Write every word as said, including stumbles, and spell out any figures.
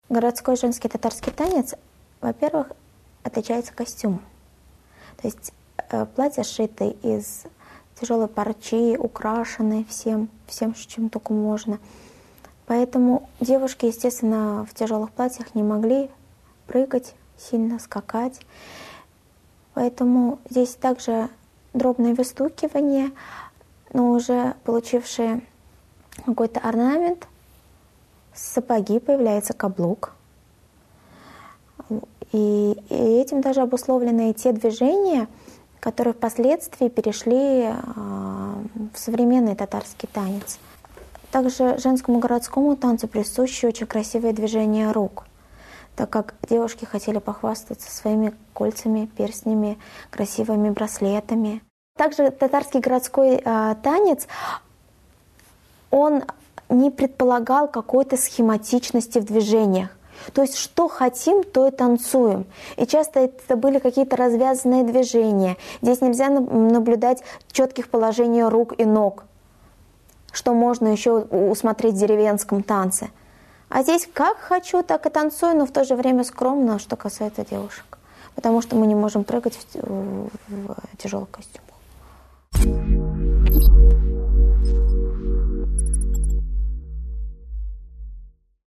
городской женский татарский танец, во-первых, отличается костюм. То есть э, платья сшиты из тяжелой парчи, украшены всем, всем, чем только можно. Поэтому девушки, естественно, в тяжелых платьях не могли прыгать, сильно скакать. Поэтому здесь также дробное выстукивание, но уже получившие какой-то орнамент, сапоги, появляется каблук. И, и этим даже обусловлены те движения, которые впоследствии перешли э, в современный татарский танец. Также женскому городскому танцу присущи очень красивые движения рук, так как девушки хотели похвастаться своими кольцами, перстнями, красивыми браслетами. Также татарский городской э, танец, он не предполагал какой-то схематичности в движениях. То есть что хотим, то и танцуем. И часто это были какие-то развязанные движения. Здесь нельзя наблюдать четких положений рук и ног, что можно еще усмотреть в деревенском танце. А здесь как хочу, так и танцую, но в то же время скромно, что касается девушек. Потому что мы не можем прыгать в, в, в тяжелых костюмах.